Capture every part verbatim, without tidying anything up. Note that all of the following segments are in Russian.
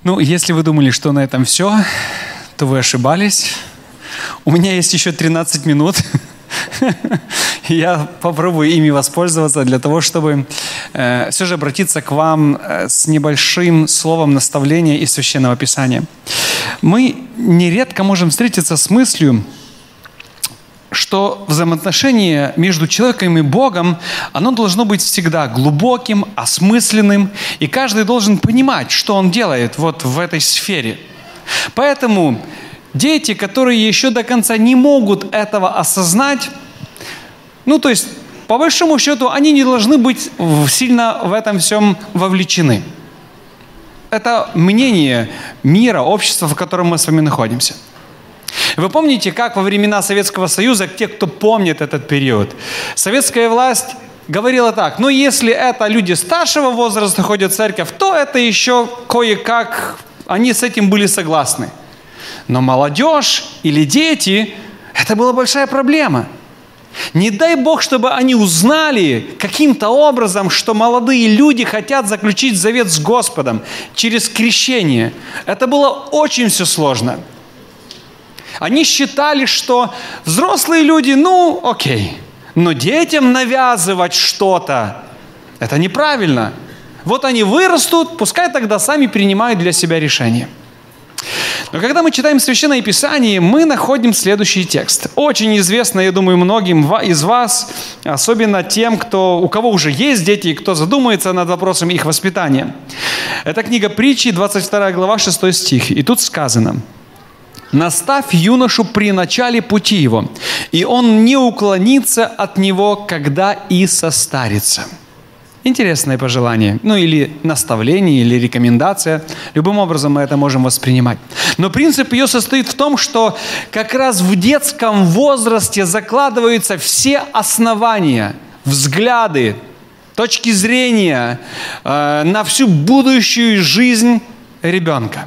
Ну, если вы думали, что на этом все, то вы ошибались. У меня есть еще тринадцать минут. Я попробую ими воспользоваться для того, чтобы э, все же обратиться к вам э, с небольшим словом наставления из Священного Писания. Мы нередко можем встретиться с мыслью, что взаимоотношение между человеком и Богом, оно должно быть всегда глубоким, осмысленным, и каждый должен понимать, что он делает вот в этой сфере. Поэтому дети, которые еще до конца не могут этого осознать, ну, то есть, по большому счету, они не должны быть сильно в этом всем вовлечены. Это мнение мира, общества, в котором мы с вами находимся. Вы помните, как во времена Советского Союза, те, кто помнит этот период, советская власть говорила так: ну, если это люди старшего возраста ходят в церковь, то это еще кое-как, они с этим были согласны. Но молодежь или дети, это была большая проблема. Не дай Бог, чтобы они узнали каким-то образом, что молодые люди хотят заключить завет с Господом через крещение. Это было очень все сложно. Они считали, что взрослые люди, ну, окей, но детям навязывать что-то, это неправильно. Вот они вырастут, пускай тогда сами принимают для себя решение. Но когда мы читаем Священное Писание, мы находим следующий текст. Очень известно, я думаю, многим из вас, особенно тем, кто, у кого уже есть дети и кто задумается над вопросом их воспитания. Это книга Притчи, двадцать вторая глава, шестой стих. И тут сказано: «Наставь юношу при начале пути его, и он не уклонится от него, когда и состарится». Интересное пожелание, ну или наставление, или рекомендация. Любым образом мы это можем воспринимать. Но принцип ее состоит в том, что как раз в детском возрасте закладываются все основания, взгляды, точки зрения э, на всю будущую жизнь ребенка.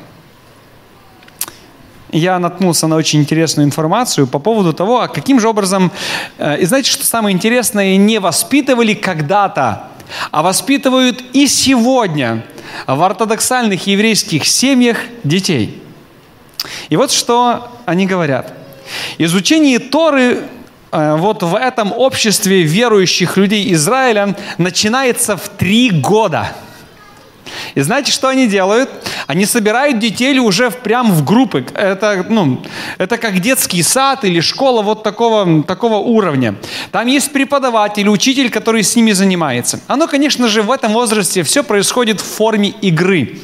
Я наткнулся на очень интересную информацию по поводу того, а каким же образом... Э, и знаете, что самое интересное? Не воспитывали когда-то, а воспитывают и сегодня в ортодоксальных еврейских семьях детей. И вот что они говорят. Изучение Торы э, вот в этом обществе верующих людей Израиля начинается в три года. И знаете, что они делают? Они собирают детей уже прям в группы. Это, ну, это как детский сад или школа вот такого, такого уровня. Там есть преподаватель, учитель, который с ними занимается. Оно, конечно же, в этом возрасте все происходит в форме игры.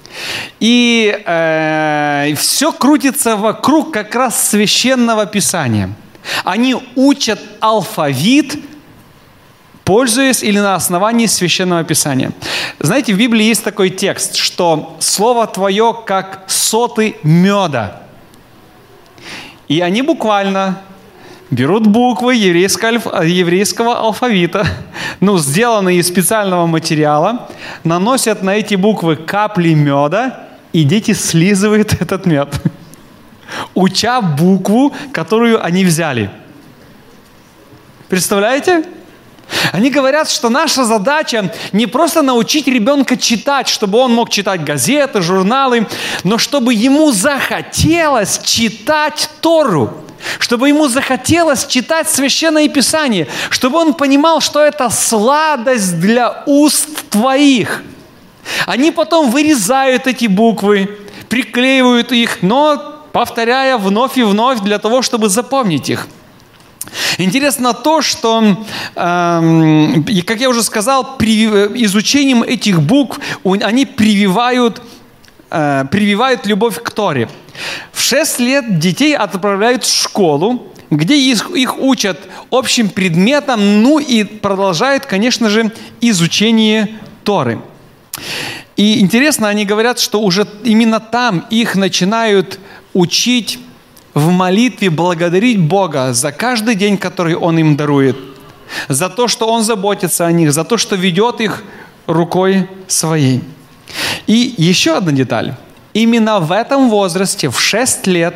И э, все крутится вокруг как раз Священного Писания. Они учат алфавит, пользуясь или на основании Священного Писания. Знаете, в Библии есть такой текст, что «Слово Твое, как соты меда». И они буквально берут буквы еврейского, еврейского алфавита, ну, сделанные из специального материала, наносят на эти буквы капли меда, и дети слизывают этот мед, уча букву, которую они взяли. Представляете? Они говорят, что наша задача не просто научить ребенка читать, чтобы он мог читать газеты, журналы, но чтобы ему захотелось читать Тору, чтобы ему захотелось читать Священное Писание, чтобы он понимал, что это сладость для уст твоих. Они потом вырезают эти буквы, приклеивают их, но повторяя вновь и вновь для того, чтобы запомнить их. Интересно то, что, э, как я уже сказал, при, изучением этих букв они прививают, э, прививают любовь к Торе. В шесть лет детей отправляют в школу, где их, их учат общим предметам, ну и продолжают, конечно же, изучение Торы. И интересно, они говорят, что уже именно там их начинают учить в молитве благодарить Бога за каждый день, который Он им дарует, за то, что Он заботится о них, за то, что ведет их рукой своей. И еще одна деталь. Именно в этом возрасте, в шесть лет,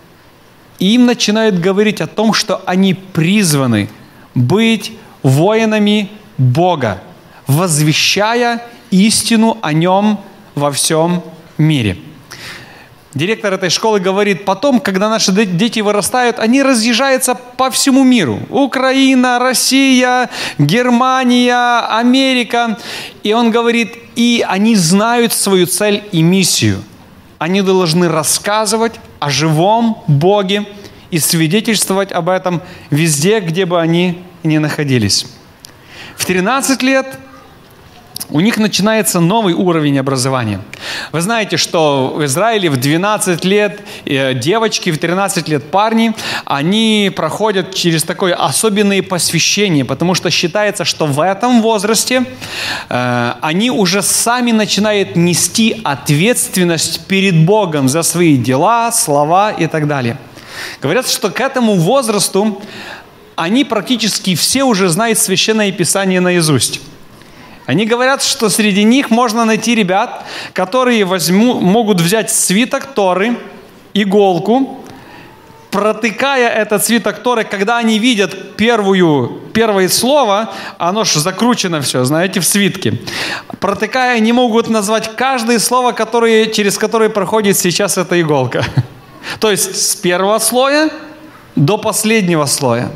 им начинают говорить о том, что они призваны быть воинами Бога, возвещая истину о Нем во всем мире. Директор этой школы говорит, потом, когда наши дети вырастают, они разъезжаются по всему миру. Украина, Россия, Германия, Америка. И он говорит, и они знают свою цель и миссию. Они должны рассказывать о живом Боге и свидетельствовать об этом везде, где бы они ни находились. В тринадцать лет у них начинается новый уровень образования. Вы знаете, что в Израиле в двенадцать лет девочки, в тринадцать лет парни, они проходят через такое особенное посвящение, потому что считается, что в этом возрасте э, они уже сами начинают нести ответственность перед Богом за свои дела, слова и так далее. Говорят, что к этому возрасту они практически все уже знают Священное Писание наизусть. Они говорят, что среди них можно найти ребят, которые возьму, могут взять свиток Торы, иголку, протыкая этот свиток Торы, когда они видят первую, первое слово, оно же закручено все, знаете, в свитке. Протыкая, они могут назвать каждое слово, которое, через которое проходит сейчас эта иголка. То есть с первого слоя до последнего слоя.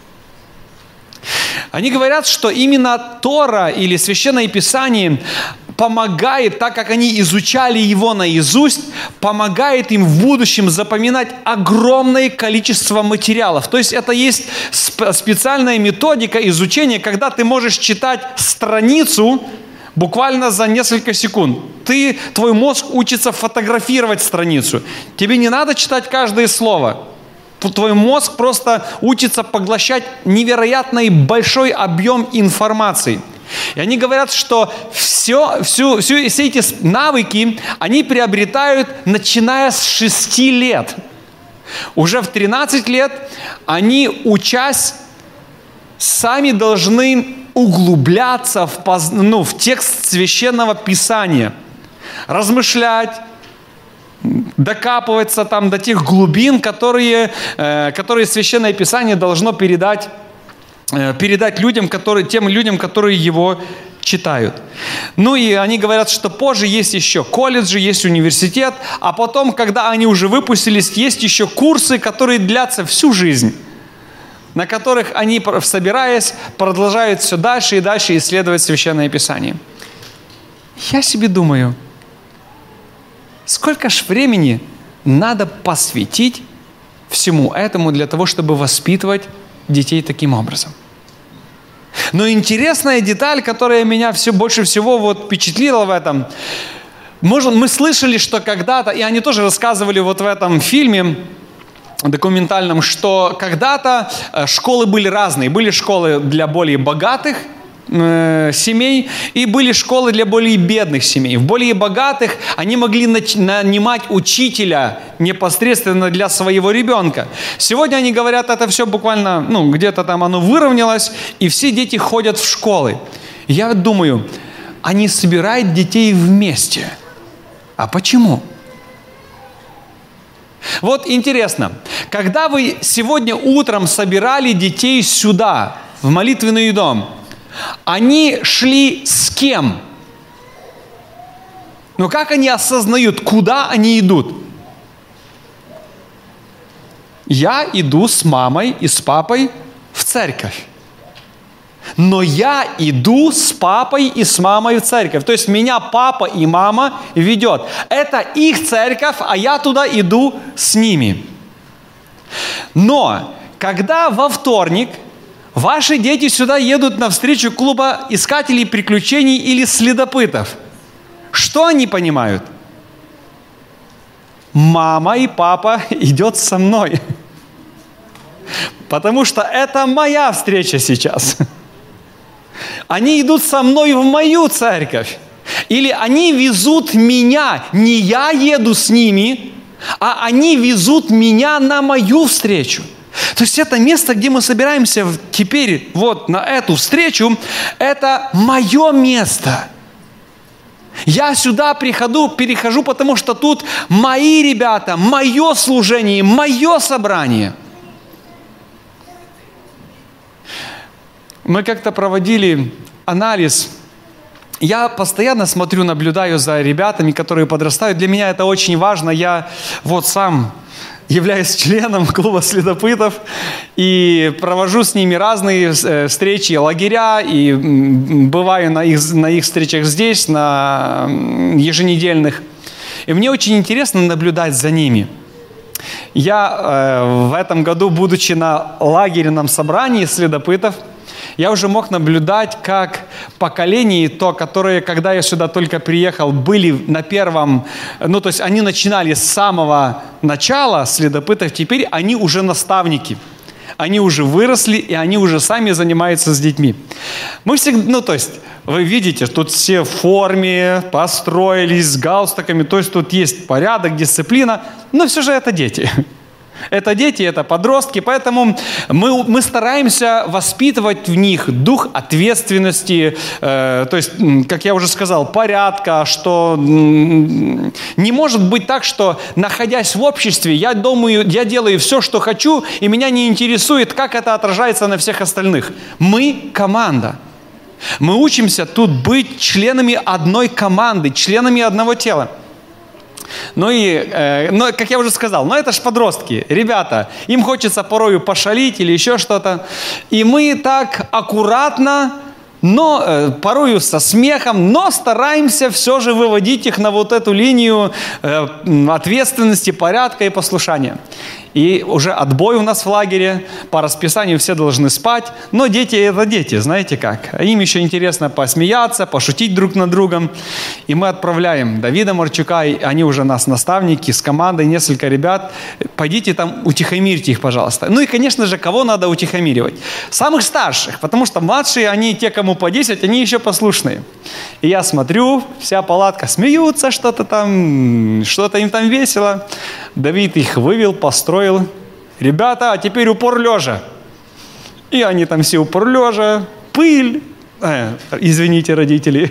Они говорят, что именно Тора или Священное Писание помогает, так как они изучали его наизусть, помогает им в будущем запоминать огромное количество материалов. То есть это есть специальная методика изучения, когда ты можешь читать страницу буквально за несколько секунд. Ты, твой мозг учится фотографировать страницу. Тебе не надо читать каждое слово. Твой мозг просто учится поглощать невероятный большой объем информации. И они говорят, что все, всю, всю, все эти навыки они приобретают, начиная с шести лет. Уже в тринадцать лет они, учась, сами должны углубляться в, ну, в текст Священного Писания, размышлять, докапываться там до тех глубин, которые, э, которые Священное Писание должно передать, э, передать людям, которые, тем людям, которые его читают. Ну и они говорят, что позже есть еще колледжи, есть университет, а потом, когда они уже выпустились, есть еще курсы, которые длятся всю жизнь, на которых они, собираясь, продолжают все дальше и дальше исследовать Священное Писание. Я себе думаю, сколько ж времени надо посвятить всему этому для того, чтобы воспитывать детей таким образом? Но интересная деталь, которая меня все больше всего вот впечатлила в этом, может, мы слышали, что когда-то, и они тоже рассказывали вот в этом фильме документальном, что когда-то школы были разные. Были школы для более богатых семей, и были школы для более бедных семей. В более богатых они могли нанимать учителя непосредственно для своего ребенка. Сегодня они говорят, это все буквально, ну, где-то там оно выровнялось, и все дети ходят в школы. Я думаю, они собирают детей вместе. А почему? Вот интересно, когда вы сегодня утром собирали детей сюда, в молитвенный дом, они шли с кем? Но как они осознают, куда они идут? Я иду с мамой и с папой в церковь. Но я иду с папой и с мамой в церковь. То есть меня папа и мама ведет. Это их церковь, а я туда иду с ними. Но когда во вторник ваши дети сюда едут на встречу клуба искателей приключений или следопытов, что они понимают? Мама и папа идет со мной. Потому что это моя встреча сейчас. Они идут со мной в мою церковь. Или они везут меня. Не я еду с ними, а они везут меня на мою встречу. То есть это место, где мы собираемся теперь вот на эту встречу, это мое место. Я сюда прихожу, перехожу, потому что тут мои ребята, мое служение, мое собрание. Мы как-то проводили анализ я постоянно смотрю, наблюдаю за ребятами, которые подрастают. Для меня это очень важно. Я вот сам являюсь членом клуба следопытов и провожу с ними разные встречи, лагеря, и бываю на их, на их встречах здесь, на еженедельных. И мне очень интересно наблюдать за ними. Я э, в этом году, будучи на лагерном собрании следопытов, я уже мог наблюдать, как поколение, то, которые, когда я сюда только приехал, были на первом, ну, то есть они начинали с самого начала следопытов, теперь они уже наставники. Они уже выросли, и они уже сами занимаются с детьми. Мы всегда, ну, то есть, вы видите, тут все в форме, построились с галстуками, то есть тут есть порядок, дисциплина, но все же это дети. Это дети, это подростки, поэтому мы, мы стараемся воспитывать в них дух ответственности, э, то есть, как я уже сказал, порядка, что м, не может быть так, что, находясь в обществе, я думаю, я делаю все, что хочу, и меня не интересует, как это отражается на всех остальных. Мы команда. Мы учимся тут быть членами одной команды, членами одного тела. Ну и, э, ну, как я уже сказал, ну это ж подростки, ребята, им хочется порою пошалить или еще что-то. И мы так аккуратно, но э, порою со смехом, но стараемся все же выводить их на вот эту линию э, ответственности, порядка и послушания. И уже отбой у нас в лагере, по расписанию все должны спать, но дети – это дети, знаете как. Им еще интересно посмеяться, пошутить друг над другом. И мы отправляем Давида Марчука, и они уже нас наставники, с командой, несколько ребят. Пойдите там, утихомирьте их, пожалуйста. Ну и, конечно же, кого надо утихомиривать? Самых старших, потому что младшие, они те, кому по десять, они еще послушные. И я смотрю, вся палатка смеются, что-то там, что-то им там весело. Давид их вывел, построил. Ребята, а теперь упор лежа. И они там все упор лежа. Пыль. Э, извините, родители.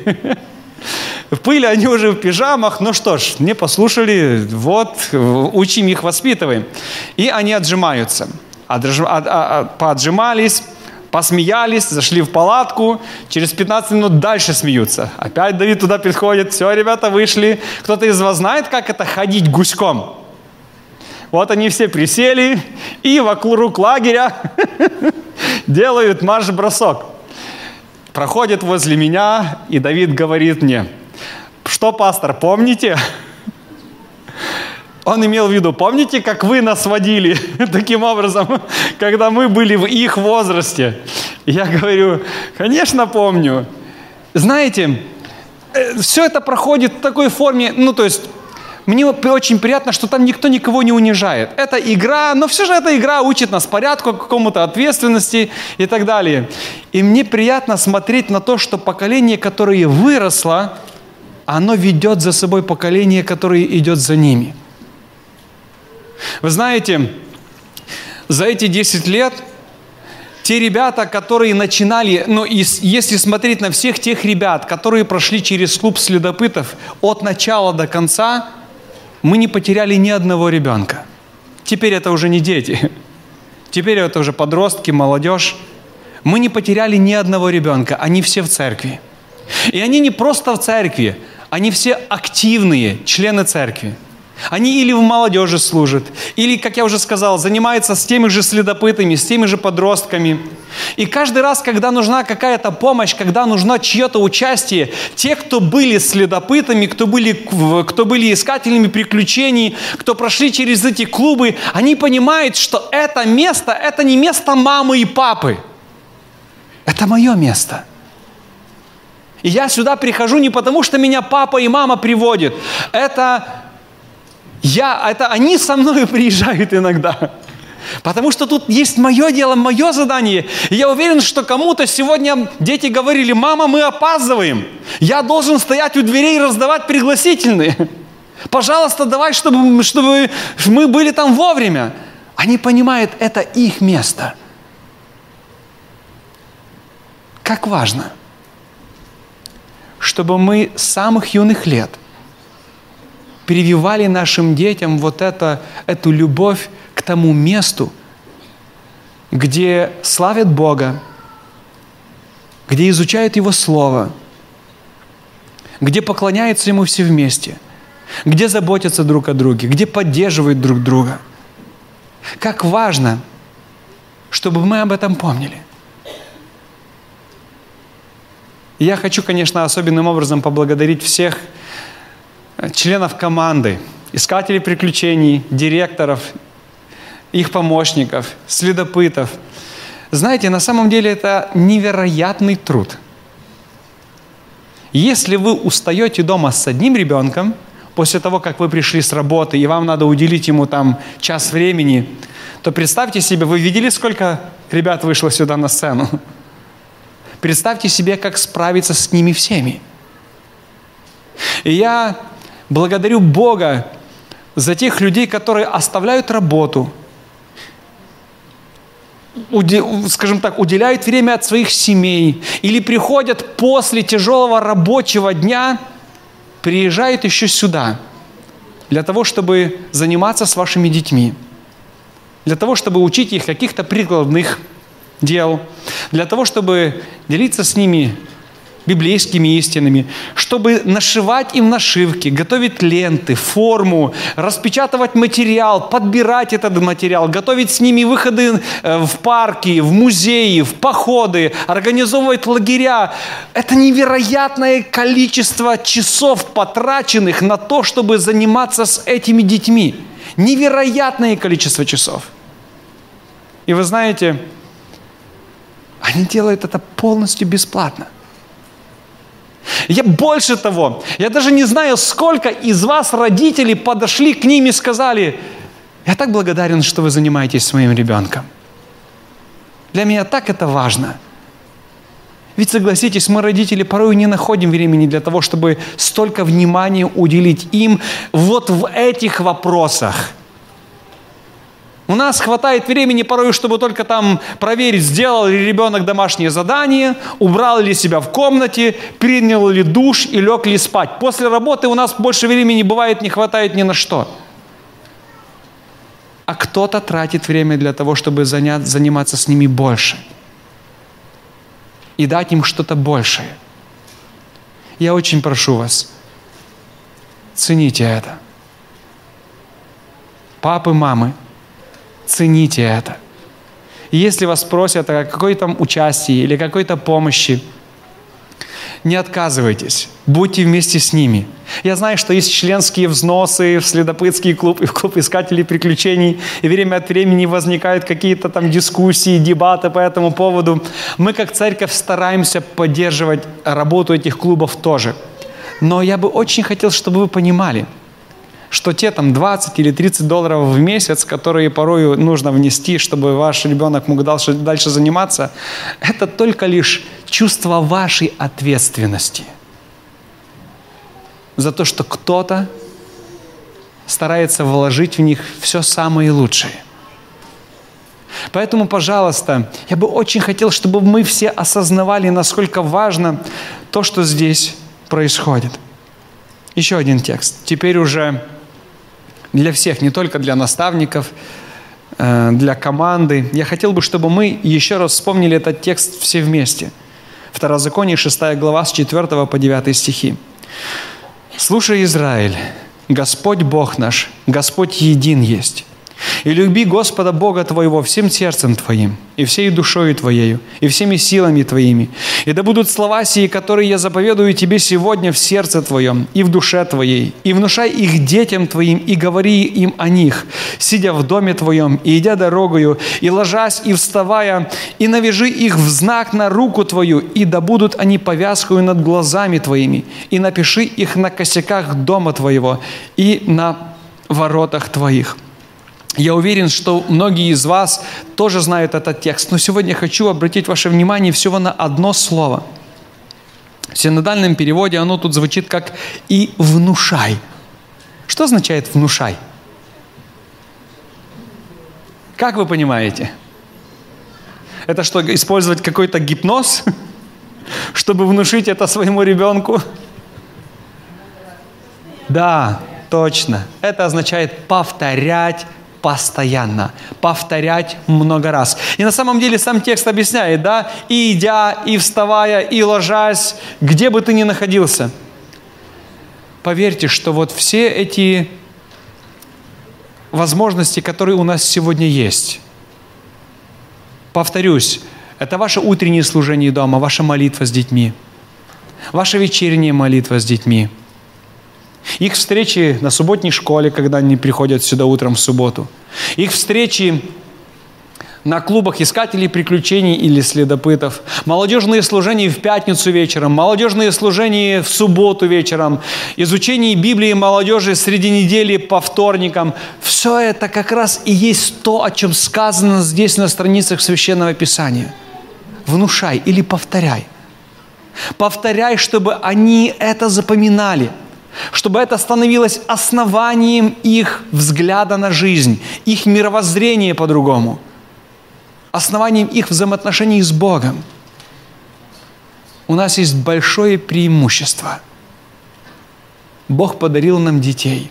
В пыли они уже в пижамах. Ну что ж, не послушали. Вот, учим их, воспитываем. И они отжимаются. Отж... От... От... Поотжимались, посмеялись, зашли в палатку. Через пятнадцать минут дальше смеются. Опять Давид туда подходит. Все, ребята, вышли. Кто-то из вас знает, как это ходить гуськом? Вот они все присели и вокруг лагеря делают марш-бросок. Проходят возле меня, и Давид говорит мне: что, пастор, помните? Он имел в виду, помните, как вы нас водили таким образом, когда мы были в их возрасте? Я говорю, конечно, помню. Знаете, все это проходит в такой форме, ну, то есть, мне очень приятно, что там никто никого не унижает. Это игра, но все же эта игра учит нас порядку, какому-то ответственности и так далее. И мне приятно смотреть на то, что поколение, которое выросло, оно ведет за собой поколение, которое идет за ними. Вы знаете, за эти десять лет те ребята, которые начинали, ну, и если смотреть на всех тех ребят, которые прошли через клуб следопытов от начала до конца, мы не потеряли ни одного ребенка. Теперь это уже не дети. Теперь это уже подростки, молодежь. Мы не потеряли ни одного ребенка. Они все в церкви. И они не просто в церкви. Они все активные члены церкви. Они или в молодежи служат, или, как я уже сказал, занимаются с теми же следопытами, с теми же подростками. И каждый раз, когда нужна какая-то помощь, когда нужно чье-то участие, те, кто были следопытами, кто были, кто были искателями приключений, кто прошли через эти клубы, они понимают, что это место, это не место мамы и папы. Это мое место. И я сюда прихожу не потому, что меня папа и мама приводят. Это... Я, это они со мной приезжают иногда. Потому что тут есть мое дело, мое задание. И я уверен, что кому-то сегодня дети говорили: мама, мы опаздываем. Я должен стоять у дверей и раздавать пригласительные. Пожалуйста, давай, чтобы, чтобы мы были там вовремя. Они понимают, это их место. Как важно, чтобы мы с самых юных лет прививали нашим детям вот это, эту любовь к тому месту, где славят Бога, где изучают Его Слово, где поклоняются Ему все вместе, где заботятся друг о друге, где поддерживают друг друга. Как важно, чтобы мы об этом помнили. И я хочу, конечно, особенным образом поблагодарить всех членов команды, искателей приключений, директоров, их помощников, следопытов. Знаете, на самом деле это невероятный труд. Если вы устаете дома с одним ребенком, после того, как вы пришли с работы, и вам надо уделить ему там час времени, то представьте себе, вы видели, сколько ребят вышло сюда на сцену? Представьте себе, как справиться с ними всеми. И я благодарю Бога за тех людей, которые оставляют работу, скажем так, уделяют время от своих семей или приходят после тяжелого рабочего дня, приезжают еще сюда для того, чтобы заниматься с вашими детьми, для того, чтобы учить их каких-то прикладных дел, для того, чтобы делиться с ними библейскими истинами, чтобы нашивать им нашивки, готовить ленты, форму, распечатывать материал, подбирать этот материал, готовить с ними выходы в парки, в музеи, в походы, организовывать лагеря. Это невероятное количество часов, потраченных на то, чтобы заниматься с этими детьми. Невероятное количество часов. И вы знаете, они делают это полностью бесплатно. Я больше того, я даже не знаю, сколько из вас, родителей, подошли к ним и сказали: я так благодарен, что вы занимаетесь своим ребенком. Для меня так это важно. Ведь, согласитесь, мы, родители, порой не находим времени для того, чтобы столько внимания уделить им вот в этих вопросах. У нас хватает времени порой, чтобы только там проверить, сделал ли ребенок домашнее задание, убрал ли себя в комнате, принял ли душ и лег ли спать. После работы у нас больше времени бывает не хватает ни на что. А кто-то тратит время для того, чтобы занять, заниматься с ними больше и дать им что-то большее. Я очень прошу вас, цените это. Папы, мамы, цените это. И если вас просят о какой-то участии или какой-то помощи, не отказывайтесь, будьте вместе с ними. Я знаю, что есть членские взносы в следопытский клуб и в клуб искателей приключений, и время от времени возникают какие-то там дискуссии, дебаты по этому поводу. Мы как церковь стараемся поддерживать работу этих клубов тоже. Но я бы очень хотел, чтобы вы понимали, что те там двадцать или тридцать долларов в месяц, которые порою нужно внести, чтобы ваш ребенок мог дальше, дальше заниматься, это только лишь чувство вашей ответственности за то, что кто-то старается вложить в них все самое лучшее. Поэтому, пожалуйста, я бы очень хотел, чтобы мы все осознавали, насколько важно то, что здесь происходит. Еще один текст. Теперь уже для всех, не только для наставников, для команды. Я хотел бы, чтобы мы еще раз вспомнили этот текст все вместе. Второзаконие, шестая глава, с четвёртого по девятый стихи. «Слушай, Израиль, Господь Бог наш, Господь един есть. И люби Господа Бога твоего всем сердцем твоим, и всей душою твоею, и всеми силами твоими. И да будут слова сии, которые я заповедую тебе сегодня в сердце твоем и в душе твоей, и внушай их детям твоим, и говори им о них, сидя в доме твоем, и идя дорогою, и ложась, и вставая, и навяжи их в знак на руку твою, и да будут они повязкою над глазами твоими, и напиши их на косяках дома твоего и на воротах твоих». Я уверен, что многие из вас тоже знают этот текст, но сегодня хочу обратить ваше внимание всего на одно слово. В синодальном переводе оно тут звучит как «и внушай». Что означает «внушай»? Как вы понимаете? Это что, использовать какой-то гипноз, чтобы внушить это своему ребенку? Да, точно. Это означает повторять постоянно, повторять много раз. И на самом деле сам текст объясняет, да, и идя, и вставая, и ложась, где бы ты ни находился. поверьте, что вот все эти возможности, которые у нас сегодня есть, повторюсь, это ваше утреннее служение дома, ваша молитва с детьми, ваша вечерняя молитва с детьми, их встречи на субботней школе, когда они приходят сюда утром в субботу, их встречи на клубах искателей приключений или следопытов, молодежные служения в пятницу вечером, молодежные служения в субботу вечером, изучение Библии молодежи среди недели по вторникам. Все это как раз и есть то, о чем сказано здесь на страницах Священного Писания. Внушай или повторяй. Повторяй, чтобы они это запоминали, чтобы это становилось основанием их взгляда на жизнь, их мировоззрения по-другому, основанием их взаимоотношений с Богом. У нас есть большое преимущество. Бог подарил нам детей.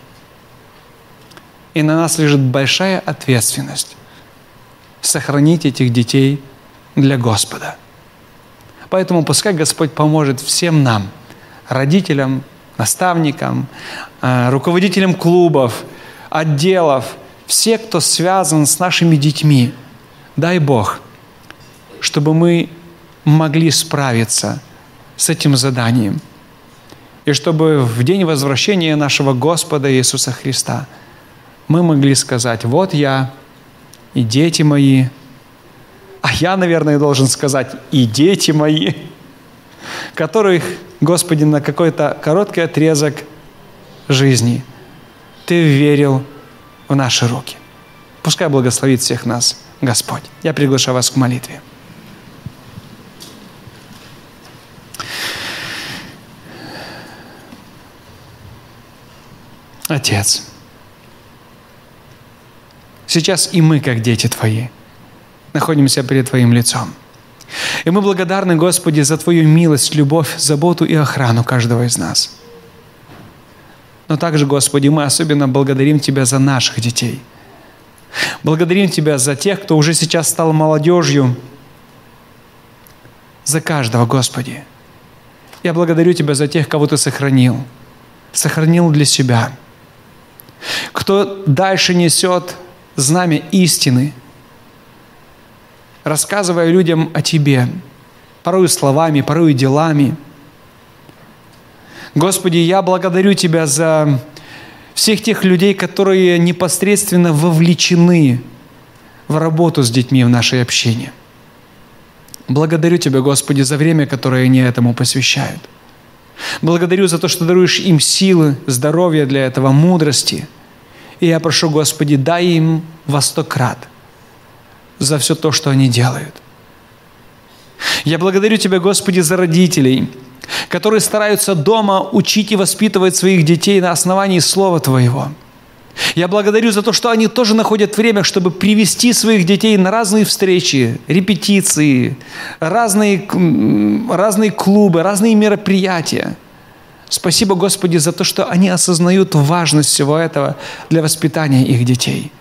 И на нас лежит большая ответственность сохранить этих детей для Господа. Поэтому пускай Господь поможет всем нам, родителям, наставникам, руководителям клубов, отделов, все, кто связан с нашими детьми. Дай Бог, чтобы мы могли справиться с этим заданием. И чтобы в день возвращения нашего Господа Иисуса Христа мы могли сказать: вот я и дети мои, а я, наверное, должен сказать: и дети мои, которых, Господи, на какой-то короткий отрезок жизни Ты вверил в наши руки. Пускай благословит всех нас Господь. Я приглашаю вас к молитве. Отец, сейчас и мы, как дети Твои, находимся перед Твоим лицом. И мы благодарны, Господи, за Твою милость, любовь, заботу и охрану каждого из нас. Но также, Господи, мы особенно благодарим Тебя за наших детей. Благодарим Тебя за тех, кто уже сейчас стал молодежью, за каждого, Господи. Я благодарю Тебя за тех, кого Ты сохранил, сохранил для себя, кто дальше несет знамя истины, рассказывая людям о Тебе, порою словами, порою делами. Господи, я благодарю Тебя за всех тех людей, которые непосредственно вовлечены в работу с детьми в нашей общине. Благодарю Тебя, Господи, за время, которое они этому посвящают. Благодарю за то, что даруешь им силы, здоровья для этого, мудрости. И я прошу, Господи, дай им во сто крат за все то, что они делают. Я благодарю Тебя, Господи, за родителей, которые стараются дома учить и воспитывать своих детей на основании Слова Твоего. Я благодарю за то, что они тоже находят время, чтобы привести своих детей на разные встречи, репетиции, разные, разные клубы, разные мероприятия. Спасибо, Господи, за то, что они осознают важность всего этого для воспитания их детей.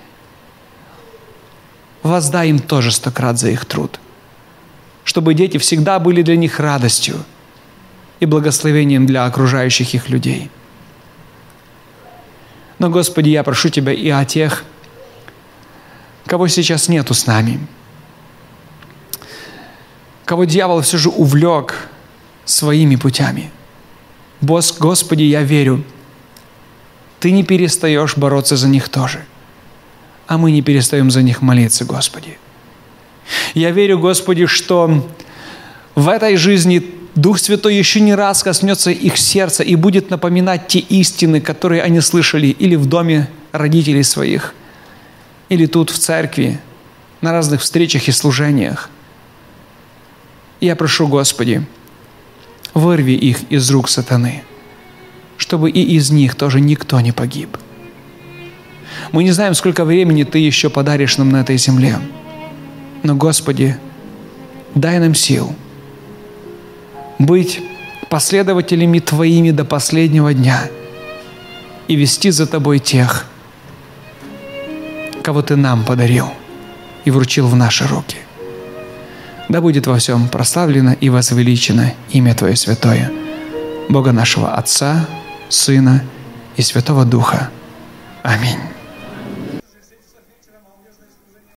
Воздай им тоже сто крат за их труд, чтобы дети всегда были для них радостью и благословением для окружающих их людей. Но, Господи, я прошу Тебя и о тех, кого сейчас нету с нами, кого дьявол все же увлек своими путями. Господи, я верю, Ты не перестаешь бороться за них тоже, а мы не перестаем за них молиться, Господи. Я верю, Господи, что в этой жизни Дух Святой еще не раз коснется их сердца и будет напоминать те истины, которые они слышали или в доме родителей своих, или тут в церкви, на разных встречах и служениях. Я прошу, Господи, вырви их из рук сатаны, чтобы и из них тоже никто не погиб. Мы не знаем, сколько времени Ты еще подаришь нам на этой земле, но, Господи, дай нам сил быть последователями Твоими до последнего дня и вести за Тобой тех, кого Ты нам подарил и вручил в наши руки. Да будет во всем прославлено и возвеличено имя Твое святое, Бога нашего Отца, Сына и Святого Духа. Аминь.